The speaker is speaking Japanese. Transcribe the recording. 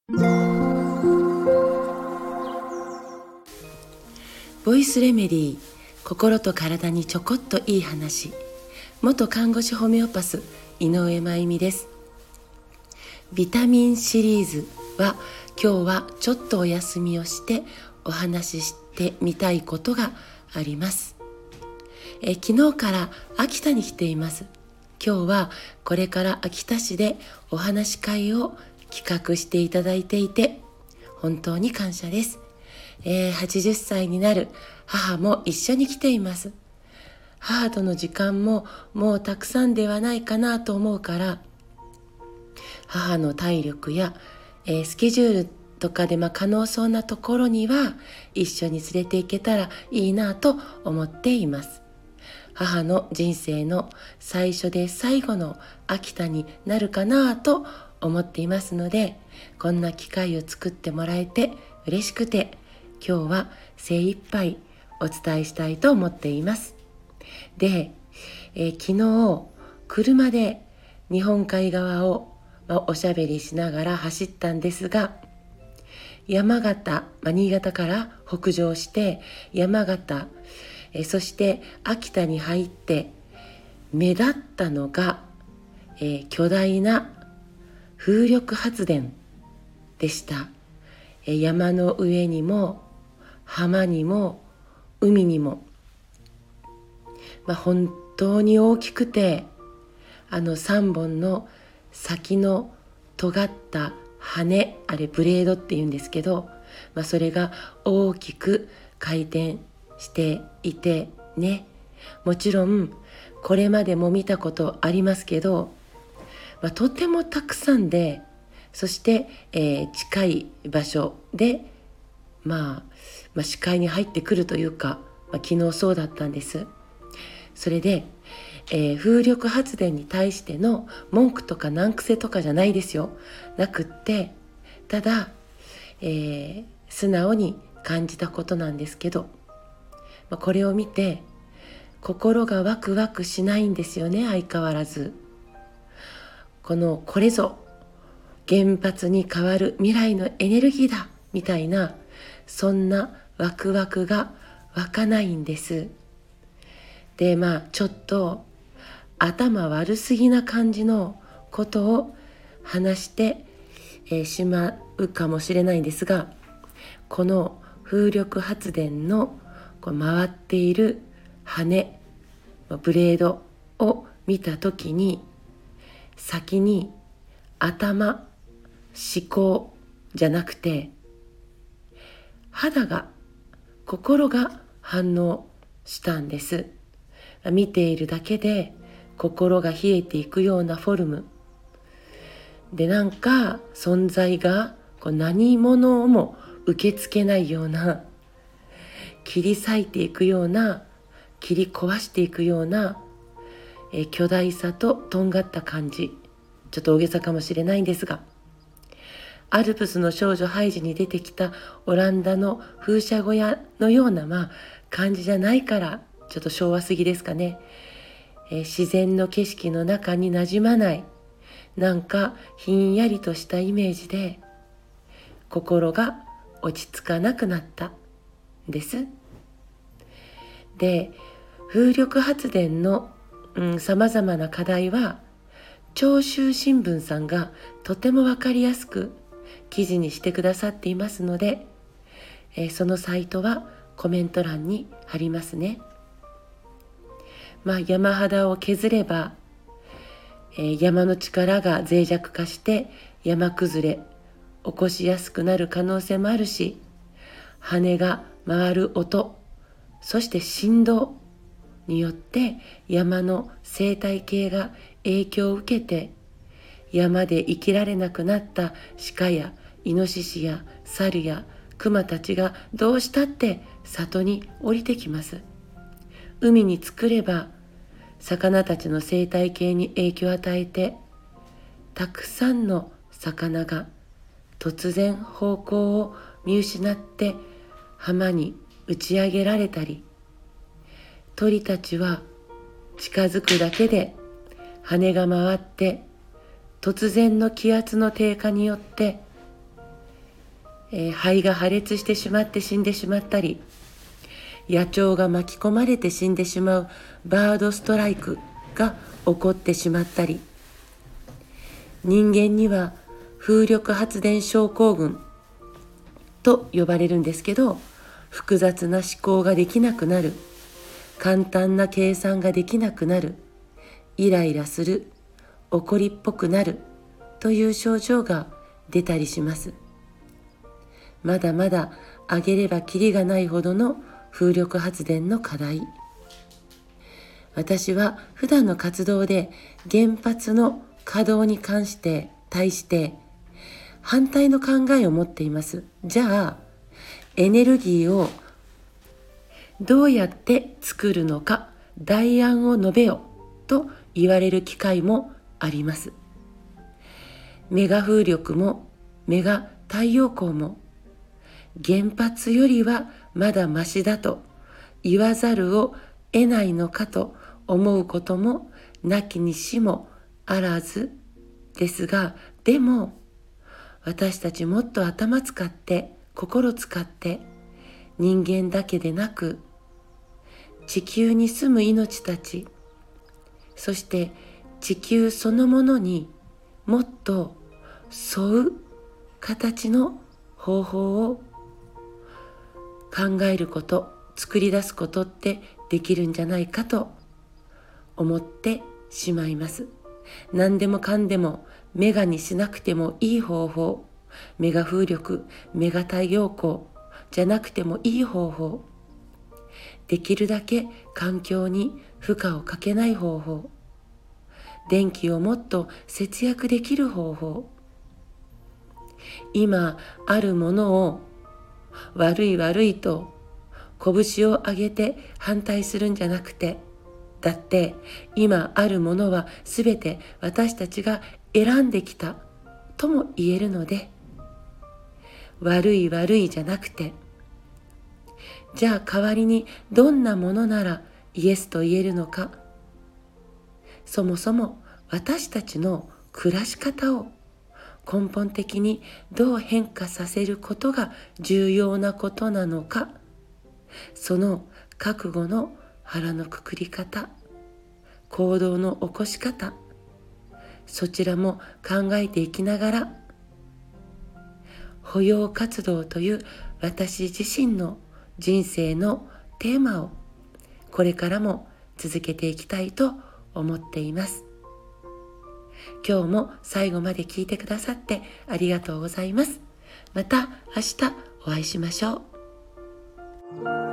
ボイスレメディー、心と体にちょこっといい話。元看護師ホメオパス井上真由美です。ビタミンシリーズは今日はちょっとお休みをしてお話ししてみたいことがあります。昨日から秋田に来ています。今日はこれから秋田市でお話し会を企画していただいていて本当に感謝です。80歳になる母も一緒に来ています。母との時間ももうたくさんではないかなと思うから、母の体力や、スケジュールとかで可能そうなところには一緒に連れて行けたらいいなと思っています。母の人生の最初で最後の秋田になるかなと思っていますので、こんな機会を作ってもらえて嬉しくて、今日は精一杯お伝えしたいと思っています。で、昨日車で日本海側を、おしゃべりしながら走ったんですが、山形、新潟から北上して山形、そして秋田に入って目立ったのが、巨大な風力発電でした。山の上にも浜にも海にも、本当に大きくて、3本の先の尖った羽、あれブレードっていうんですけど、それが大きく回転していてね、もちろんこれまでも見たことありますけど、とてもたくさんで、そして、近い場所で、視界に入ってくるというか、昨日そうだったんです。それで、風力発電に対しての文句とか難癖とかじゃないですよ。なくって、ただ、素直に感じたことなんですけど、これを見て心がワクワクしないんですよね、相変わらず。これぞ原発に代わる未来のエネルギーだみたいな、そんなワクワクが湧かないんです。で、ちょっと頭悪すぎな感じのことを話して、しまうかもしれないんですが、この風力発電の回っている羽、ブレードを見たときに、先に頭、思考じゃなくて心が反応したんです。見ているだけで心が冷えていくようなフォルムで、存在が何者も受け付けないような、切り裂いていくような、切り壊していくような、巨大さととんがった感じ、ちょっと大げさかもしれないんですが、アルプスの少女ハイジに出てきたオランダの風車小屋のような感じじゃないから、ちょっと昭和すぎですかね。自然の景色の中に馴染まない、ひんやりとしたイメージで心が落ち着かなくなったんです。で、風力発電のさまざまな課題は長州新聞さんがとてもわかりやすく記事にしてくださっていますので、そのサイトはコメント欄に貼りますね。山肌を削れば、山の力が脆弱化して山崩れ起こしやすくなる可能性もあるし、羽が回る音、そして振動によって山の生態系が影響を受けて、山で生きられなくなった鹿やイノシシや猿やクマたちがどうしたって里に降りてきます。海に作れば魚たちの生態系に影響を与えて、たくさんの魚が突然方向を見失って浜に打ち上げられたり、鳥たちは近づくだけで羽が回って突然の気圧の低下によって肺が破裂してしまって死んでしまったり、野鳥が巻き込まれて死んでしまうバードストライクが起こってしまったり、人間には風力発電症候群と呼ばれるんですけど、複雑な思考ができなくなる、簡単な計算ができなくなる、イライラする、怒りっぽくなるという症状が出たりします。まだまだ挙げればきりがないほどの風力発電の課題。私は普段の活動で原発の稼働に対して反対の考えを持っています。じゃあエネルギーをどうやって作るのか代案を述べよと言われる機会もあります。メガ風力もメガ太陽光も原発よりはまだマシだと言わざるを得ないのかと思うこともなきにしもあらずですが、でも私たちもっと頭使って心使って人間だけでなく地球に住む命たち、そして地球そのものにもっと沿う形の方法を考えること、作り出すことってできるんじゃないかと思ってしまいます。何でもかんでもメガにしなくてもいい方法、メガ風力、メガ太陽光じゃなくてもいい方法、できるだけ環境に負荷をかけない方法、電気をもっと節約できる方法、今あるものを悪いと拳を上げて反対するんじゃなくて、だって今あるものはすべて私たちが選んできたとも言えるので、悪いじゃなくて、じゃあ代わりにどんなものならイエスと言えるのか、そもそも私たちの暮らし方を根本的にどう変化させることが重要なことなのか、その覚悟の腹のくくり方、行動の起こし方、そちらも考えていきながら、保養活動という私自身の人生のテーマをこれからも続けていきたいと思っています。今日も最後まで聞いてくださってありがとうございます。また明日お会いしましょう。